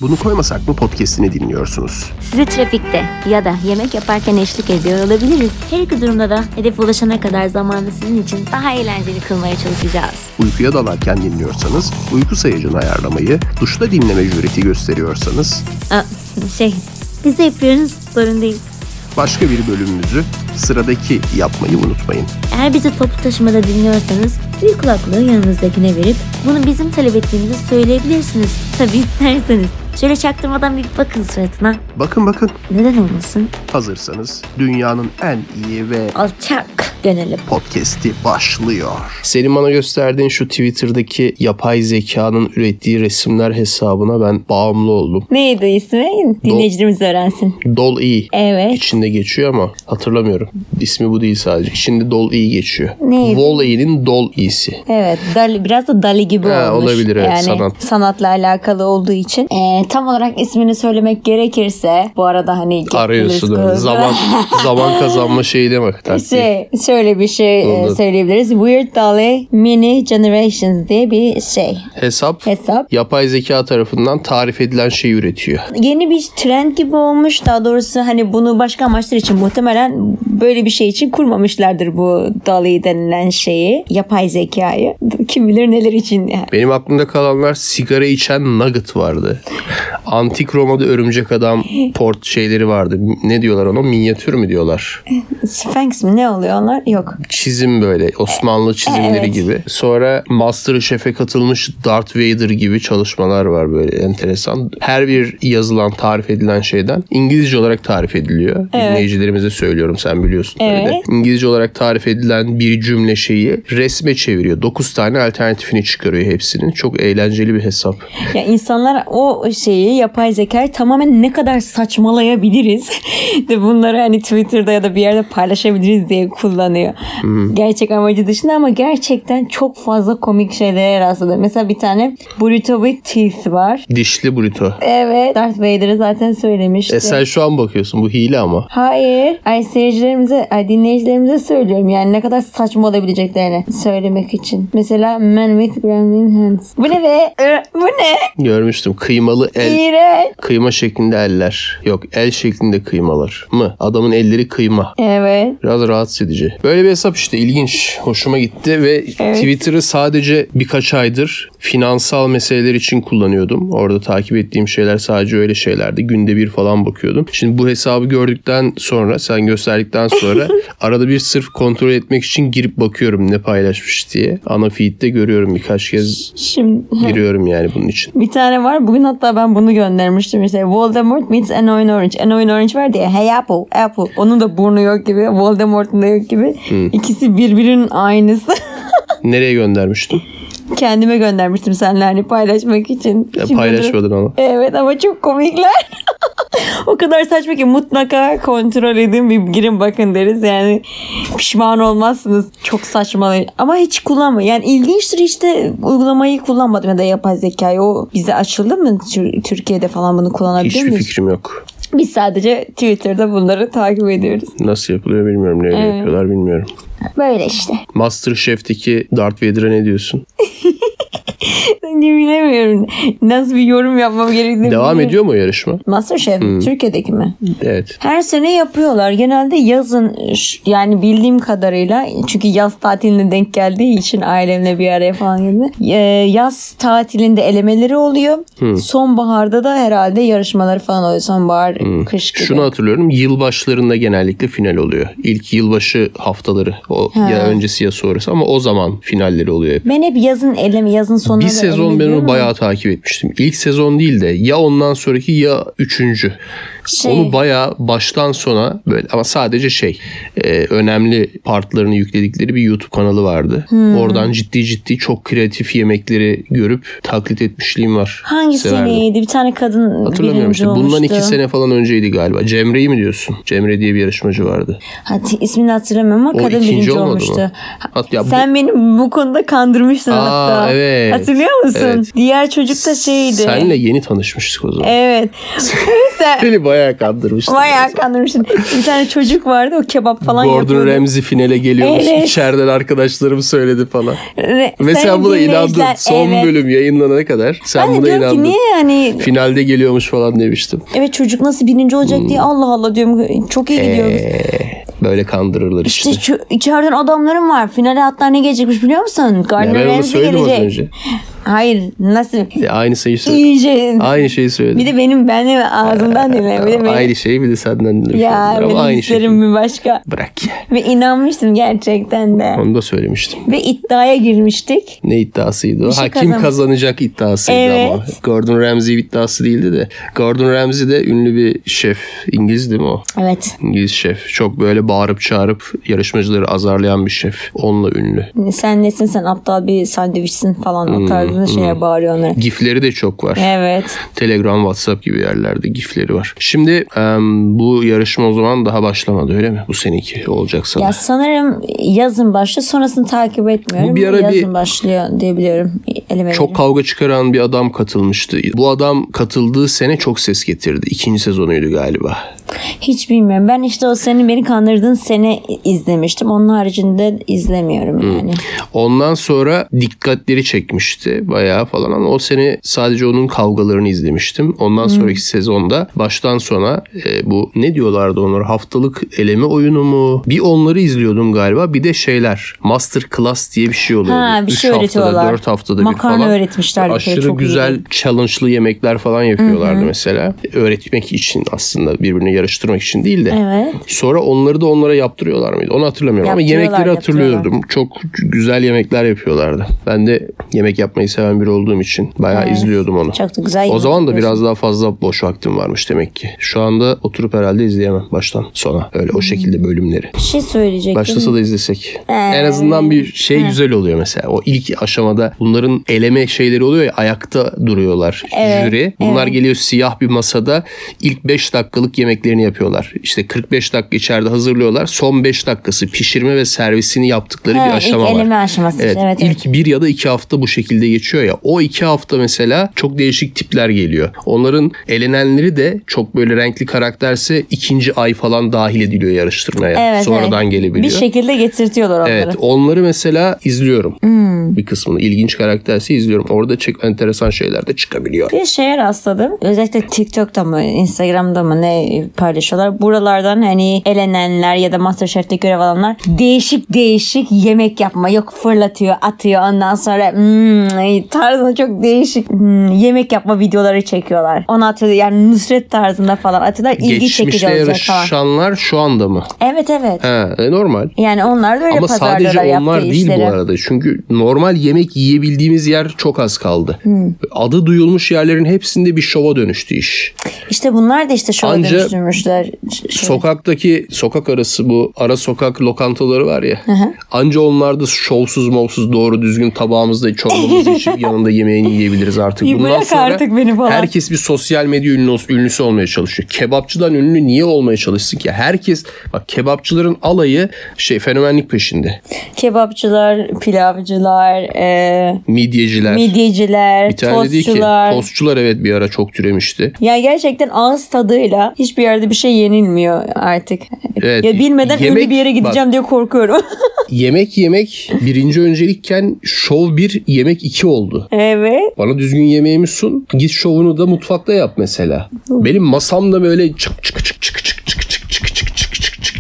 Bunu Koymasak mı podcast'ini dinliyorsunuz. Sizi trafikte ya da yemek yaparken eşlik ediyor olabiliriz. Her iki durumda da hedefe ulaşana kadar zamanı sizin için daha eğlenceli kılmaya çalışacağız. Uykuya dalarken dinliyorsanız, uyku sayacını ayarlamayı, duşta dinleme jüreti gösteriyorsanız... Biz de yapıyoruz, sorun değil. Başka bir bölümümüzü sıradaki yapmayı unutmayın. Eğer bizi toplu taşımada dinliyorsanız bir kulaklığı yanınızdakine verip bunu bizim talep ettiğimizi söyleyebilirsiniz. Tabii isterseniz. Şöyle çaktırmadan bir bakın suratına. Bakın. Neden olmasın? Hazırsanız dünyanın en iyi ve alçak dönelim. Podcast'i başlıyor. Senin bana gösterdiğin şu Twitter'daki yapay zekanın ürettiği resimler hesabına ben bağımlı oldum. Neydi ismi? Dinleyicilerimiz öğrensin. Dol-E. Evet. İçinde geçiyor ama hatırlamıyorum. İsmi bu değil sadece. İçinde Dol-E geçiyor. Neydi? Wall-E'nin Dol-E'si. Evet. Biraz da Dali gibi olmuş. Olabilir evet, yani sanatla alakalı olduğu için. Tam olarak ismini söylemek gerekirse bu arada hani arıyorsun zaman kazanma şeyi demek. Şöyle bir şey söyleyebiliriz. Weird Dolly Mini Generations diye bir şey. Hesap. Yapay zeka tarafından tarif edilen şeyi üretiyor. Yeni bir trend gibi olmuş. Daha doğrusu hani bunu başka amaçlar için muhtemelen böyle bir şey için kurmamışlardır bu Dolly denilen şeyi. Yapay zekayı. Kim bilir neler için. Yani. Benim aklımda kalanlar sigara içen Nugget vardı. Antik Roma'da örümcek adam port şeyleri vardı. Ne diyorlar ona? Minyatür mü diyorlar? Sphinx mi? Ne oluyor onlar? Yok. Çizim böyle. Osmanlı çizimleri gibi. Sonra MasterChef'e katılmış Darth Vader gibi çalışmalar var böyle enteresan. Her bir yazılan, tarif edilen şeyden İngilizce olarak tarif ediliyor. Evet. Dinleyicilerimize söylüyorum, sen biliyorsun. Evet. Öyle. İngilizce olarak tarif edilen bir cümle şeyi resme çeviriyor. 9 tane alternatifini çıkarıyor hepsinin. Çok eğlenceli bir hesap. Ya insanlar o şeyi, yapay zekayı tamamen ne kadar saçmalayabiliriz de bunları hani Twitter'da ya da bir yerde paylaşabiliriz diye kullanıyor. Gerçek amacı dışında ama gerçekten çok fazla komik şeylere rastladım. Mesela bir tane Bruto with Teeth var. Dişli Bruto. Evet. Darth Vader'ı zaten söylemişti. Sen şu an bakıyorsun. Bu hile ama. Hayır. Dinleyicilerimize söylüyorum. Yani ne kadar saçma olabileceklerini söylemek için. Mesela Man with Gremlin Hands. Bu ne be? Bu ne? Görmüştüm. Kıymalı el. İğrenç. Kıyma şeklinde eller. Yok, el şeklinde kıymalar mı? Adamın elleri kıyma. Evet. Biraz rahatsız edici. Böyle bir hesap işte, ilginç. Hoşuma gitti ve evet. Twitter'ı sadece birkaç aydır finansal meseleler için kullanıyordum. Orada takip ettiğim şeyler sadece öyle şeylerdi. Günde bir falan bakıyordum. Şimdi bu hesabı gördükten sonra, sen gösterdikten sonra arada bir sırf kontrol etmek için girip bakıyorum ne paylaşmış diye. Ana feed'de görüyorum, birkaç kez giriyorum yani bunun için. Bir tane var. Bugün hatta ben bunu göndermiştim. İşte Voldemort meets Annoying Orange. Annoying Orange var diye. Hey Apple. Onun da burnu yok gibi. Voldemort'un da yok gibi. İkisi birbirinin aynısı. Nereye göndermiştin? Kendime göndermiştim seninle hani paylaşmak için. Paylaşmadın ama. Evet ama çok komikler. O kadar saçma ki mutlaka kontrol edin, bir girin bakın deriz. Yani pişman olmazsınız. Çok saçma ama hiç kullanmayın. Yani ilginçtir, işte uygulamayı kullanmadım ya da yapay zekayı. O bize açıldı mı Türkiye'de falan, bunu kullanabilir miyiz? Hiçbir fikrim yok. Biz sadece Twitter'da bunları takip ediyoruz. Nasıl yapılıyor bilmiyorum. Neyle yapıyorlar bilmiyorum. Böyle işte. MasterChef'teki Darth Vader'a ne diyorsun? Bilemiyorum. Nasıl bir yorum yapmam gerektiğini Devam ediyor mu o yarışma? MasterChef Türkiye'deki mi? Evet. Her sene yapıyorlar. Genelde yazın, yani bildiğim kadarıyla, çünkü yaz tatiline denk geldiği için ailemle bir araya falan geldi. Yaz tatilinde elemeleri oluyor. Sonbaharda da herhalde yarışmaları falan oluyor. Sonbahar, kış gibi. Şunu hatırlıyorum. Yılbaşlarında genellikle final oluyor. İlk yılbaşı haftaları. Ya öncesi ya sonrası, ama o zaman finalleri oluyor hep. Ben hep yazın sonunda. Bir sezon ben onu bayağı takip etmiştim. İlk sezon değil de ya ondan sonraki ya üçüncü. Onu bayağı baştan sona böyle, ama sadece önemli partlarını yükledikleri bir YouTube kanalı vardı. Oradan ciddi çok kreatif yemekleri görüp taklit etmişliğim var. Hangi seneydi? Bir tane kadın hatırlamıyorum işte. Bundan 2 sene falan önceydi galiba. Cemre'yi mi diyorsun? Cemre diye bir yarışmacı vardı. Hadi ismini hatırlamıyorum ama kadın birinci olmuştu. Sen beni bu konuda kandırmıştın hatta. Evet. Hatırlıyor musun? Evet. Diğer çocuk da şeydi. Senle yeni tanışmıştık o zaman. Evet. Neyse. Beni bayağı kandırmıştı. Bayağı kandırmıştın. Bir tane çocuk vardı, o kebap falan yapıyordu. Gordon Ramsay finale geliyormuş. Evet. İçeriden arkadaşlarım söyledi falan. Ve sen Sayın buna inandın. dinleyiciler, Son evet. bölüm yayınlanana kadar. Sen Ben de buna diyorum inandın. ki niye yani Finalde geliyormuş falan demiştim. evet çocuk nasıl birinci olacak diye Allah Allah diyorum, çok iyi gidiyoruz. Böyle kandırırlar işte. İşte içeriden adamlarım var. Finale hatta ne gelecekmiş biliyor musun? Ya Gardner ben onu Ramsay söyledim az gelecek. önce. Hayır, nasıl? Aynı şeyi söyledim. İyice. Aynı şeyi söyledim. Bir de benim ağzımdan dinle. Bir de benim. Aynı şeyi bir de senden dinledim. Ya Ama benim aynı hislerim şey. bir başka. Bırak ya. Ve inanmıştım gerçekten de. Onu da söylemiştim. Ve iddiaya girmiştik. Ne iddiasıydı o? Bir şey Kim kazanacak iddiasıydı Evet. ama. Gordon Ramsay iddiası değildi de. Gordon Ramsay de ünlü bir şef. İngiliz değil mi o? Evet. İngiliz şef. Çok böyle bağırıp çağırıp yarışmacıları azarlayan bir şef. Onunla ünlü. Sen nesin, sen aptal bir sandviçsin falan o tarzında şeye bağırıyor onlara. Gifleri de çok var. Evet. Telegram, WhatsApp gibi yerlerde gifleri var. Şimdi bu yarışma o zaman daha başlamadı öyle mi? Bu seneki olacak sana. Ya sanırım yazın başlıyor, sonrasını takip etmiyorum. Bu bir ara yazın başlıyor diyebiliyorum. Çok kavga çıkaran bir adam katılmıştı. Bu adam katıldığı sene çok ses getirdi. 2. sezonuydu galiba. Hiç bilmiyorum. Ben işte o senin beni kandırdığın sene izlemiştim. Onun haricinde izlemiyorum yani. Ondan sonra dikkatleri çekmişti bayağı falan ama o sene sadece onun kavgalarını izlemiştim. Ondan sonraki sezonda baştan sona bu ne diyorlardı onlara, haftalık eleme oyunu mu? Bir onları izliyordum galiba. Bir de şeyler, Master Class diye bir şey oluyordu. Ha, bir 3 şey haftada, öğretiyorlar. 4 haftada bir Makarna falan. öğretmişler bir kere, Aşırı çok güzel iyiydi. challenge'lı yemekler falan yapıyorlardı mesela. Öğretmek için aslında, birbirini yarıştırmak için değil de. Evet. Sonra onları da onlara yaptırıyorlar mıydı? Onu hatırlamıyorum ama yemekleri hatırlıyordum. Çok güzel yemekler yapıyorlardı. Ben de yemek yapmayı seven biri olduğum için bayağı izliyordum onu. Çok da güzel. O zaman da biraz daha fazla boş vaktim varmış demek ki. Şu anda oturup herhalde izleyemem baştan sona. Öyle o şekilde bölümleri. Bir şey söyleyecektim. Başlasa da izlesek. En azından bir şey güzel oluyor mesela. O ilk aşamada bunların eleme şeyleri oluyor ya, ayakta duruyorlar jüri. Bunlar geliyor siyah bir masada, ilk 5 dakikalık yemeklerini yapıyorlar. İşte 45 dakika içeride hazırlıyorlar. Son 5 dakikası pişirme ve servisini yaptıkları bir aşama ilk var. eleme aşaması. Evet. İlk 1 ya da 2 hafta bu şekilde geçiyor ya. O 2 hafta mesela çok değişik tipler geliyor. Onların elenenleri de çok böyle renkli karakterse 2. ay falan dahil ediliyor yarıştırmaya. Evet, Sonradan gelebiliyor. Bir şekilde getirtiyorlar onları. Evet, onları mesela izliyorum. Bir kısmını. İlginç karakterse izliyorum. Orada enteresan şeyler de çıkabiliyor. Bir şeye rastladım. Özellikle TikTok'ta mı, Instagram'da mı ne paylaşıyorlar. Buralardan hani elenenler ya da MasterChef'te görev alanlar değişik yemek yapma. Yok fırlatıyor, atıyor. Ondan sonra tarzında çok değişik yemek yapma videoları çekiyorlar. Onu atıyor. Yani Nusret tarzında falan atıyorlar. İlgi çekici Geçmişte olacak falan. yarışanlar şu anda mı? Evet. Normal. Yani onlar da öyle Ama sadece pazarlıyorlar onlar yaptığı değil işleri. bu arada. Çünkü normal yemek yiyebildiğimiz yer çok az kaldı. Adı duyulmuş yerlerin hepsinde bir şova dönüştü iş. İşte bunlar da işte şova dönüştürmüşler. Sokaktaki sokak arası bu ara sokak lokantaları var ya. Anca onlarda şovsuz doğru düzgün tabağımızda çorbamızı içip yanında yemeğini yiyebiliriz artık. Bundan Bırak sonra artık beni falan. herkes bir sosyal medya ünlüsü olmaya çalışıyor. Kebapçıdan ünlü niye olmaya çalışsın ki? Herkes bak, kebapçıların alayı fenomenlik peşinde. Kebapçılar, pilavcılar, Midyeciler. Bir tane dedi ki tostçular. tostçular evet bir ara çok türemişti. Ya gerçekten ağız tadıyla hiçbir yerde bir şey yenilmiyor artık. Evet, Ya bilmeden ünlü bir yere gideceğim diye korkuyorum. Yemek birinci öncelikken şov 1, yemek 2 oldu. Evet. Bana düzgün yemeğimi sun. Git şovunu da mutfakta yap mesela. Benim masamda böyle çık çık çık çık çık çık çık çık çık çık çık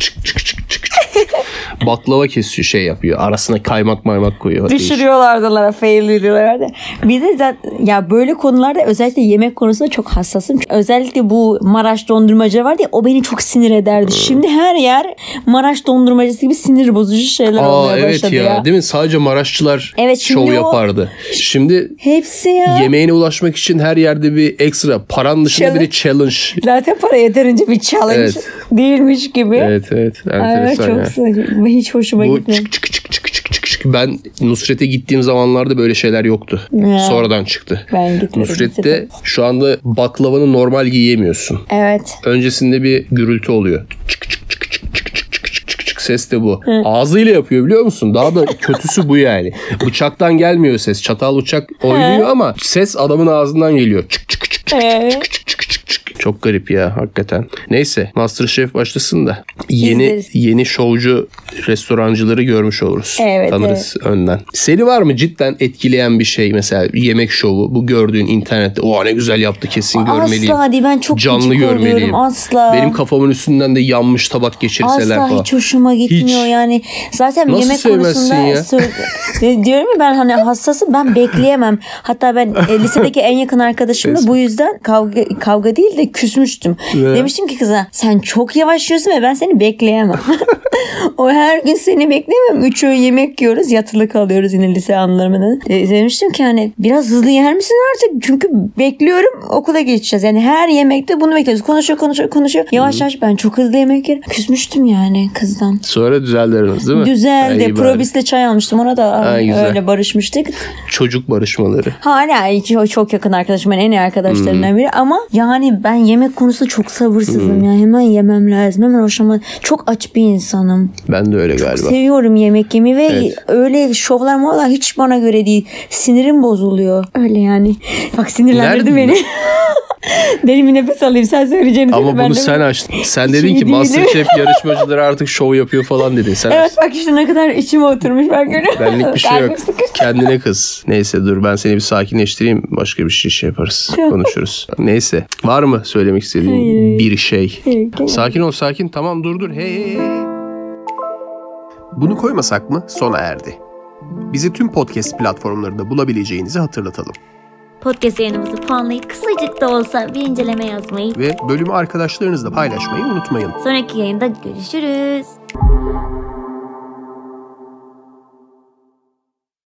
baklava kesiyor, yapıyor. Arasına kaymak koyuyor. Düşürüyorlardı onlara, fail ediyorlardı. Bir de zaten ya böyle konularda özellikle yemek konusunda çok hassasım. Özellikle bu Maraş dondurmacı var ya, o beni çok sinir ederdi. Şimdi her yer Maraş dondurmacısı gibi sinir bozucu şeyler olmaya başladı ya. Evet, değil mi? Sadece Maraşçılar şov yapardı. Şimdi hepsi ya. Yemeğine ulaşmak için her yerde bir ekstra. Paran dışında bir de challenge. Zaten para yeterince bir challenge değilmiş gibi. Evet. Enteresan ya. Çok hiç hoşuma gitmiyor. Çık. Ben Nusret'e gittiğim zamanlarda böyle şeyler yoktu. Sonradan çıktı. Ben gitmedim. Nusret'te şu anda baklavanı normal yiyemiyorsun. Evet. Öncesinde bir gürültü oluyor. Çık ses de bu. Ağzıyla yapıyor biliyor musun? Daha da kötüsü bu yani. Bıçaktan gelmiyor ses. Çatal bıçak oynuyor ama ses adamın ağzından geliyor. Çık. Çok garip ya hakikaten. Neyse MasterChef başlasın da İzleriz. yeni şovcu restorancıları görmüş oluruz. Evet, Tanırız önden. Seni var mı cidden etkileyen bir şey, mesela yemek şovu, bu gördüğün internette o ne güzel yaptı kesin görmeliyim. Asla değil, ben çok canlı gıcık görmeliyim. oluyorum. Asla. Benim kafamın üstünden de yanmış tabak geçirseler Asla falan. hiç hoşuma gitmiyor Hiç. yani. Zaten Nasıl yemek sevmezsin konusunda diyorum ya, ben hani hassasım, ben bekleyemem. Hatta ben lisedeki en yakın arkadaşımla bu yüzden kavga değil de küsmüştüm. Demiştim ki kıza, sen çok yavaş yiyorsun ve ben seni bekleyemem. O her gün seni bekleyemem. 3 öğün yemek yiyoruz, yatılı kalıyoruz yine lise anılarımda. Demiştim ki hani biraz hızlı yer misin artık? Çünkü bekliyorum, okula geçeceğiz. Yani her yemekte bunu bekliyoruz. Konuşuyor. Yavaş yavaş, ben çok hızlı yemek yerim. Küsmüştüm yani kızdan. Sonra düzeldi aranız değil mi? Düzeldi. İyi bari. Probis'le çay almıştım. Ona da güzel. öyle barışmıştık. Çocuk barışmaları. Hala çok yakın arkadaşım. En iyi arkadaşlarımdan biri. Ama yani ben yemek konusunda çok sabırsızım. Yani hemen yemem lazım. Hemen hoşuma. Çok aç bir insanım. Ben de öyle galiba. Seviyorum yemek yemeyi ve Evet. öyle şovlar mı hiç bana göre değil. Sinirim bozuluyor. Öyle yani. Bak sinirlendirdin Nerede? beni. Derin bir nefes alayım. Sen söyleyeceğini Ama söyle, ben bunu de sen açtın. Sen Hiç dedin iyi ki değilim. MasterChef yarışmacıları artık şov yapıyor falan dedin. Sen Evet bak işte ne kadar içime oturmuş, ben görüyorum. benlik bir şey yok. Kalbim sıkıştı. Kendine kız. Neyse dur ben seni bir sakinleştireyim. Başka bir şey yaparız. Konuşuruz. Neyse. Var mı söylemek istediğin bir şey? Sakin ol sakin. Tamam dur. Hey. Bunu koymasak mı sona erdi. Bizi tüm podcast platformlarında bulabileceğinizi hatırlatalım. Podcast yayınımızı puanlayıp kısacık da olsa bir inceleme yazmayı. Ve bölümü arkadaşlarınızla paylaşmayı unutmayın. Sonraki yayında görüşürüz.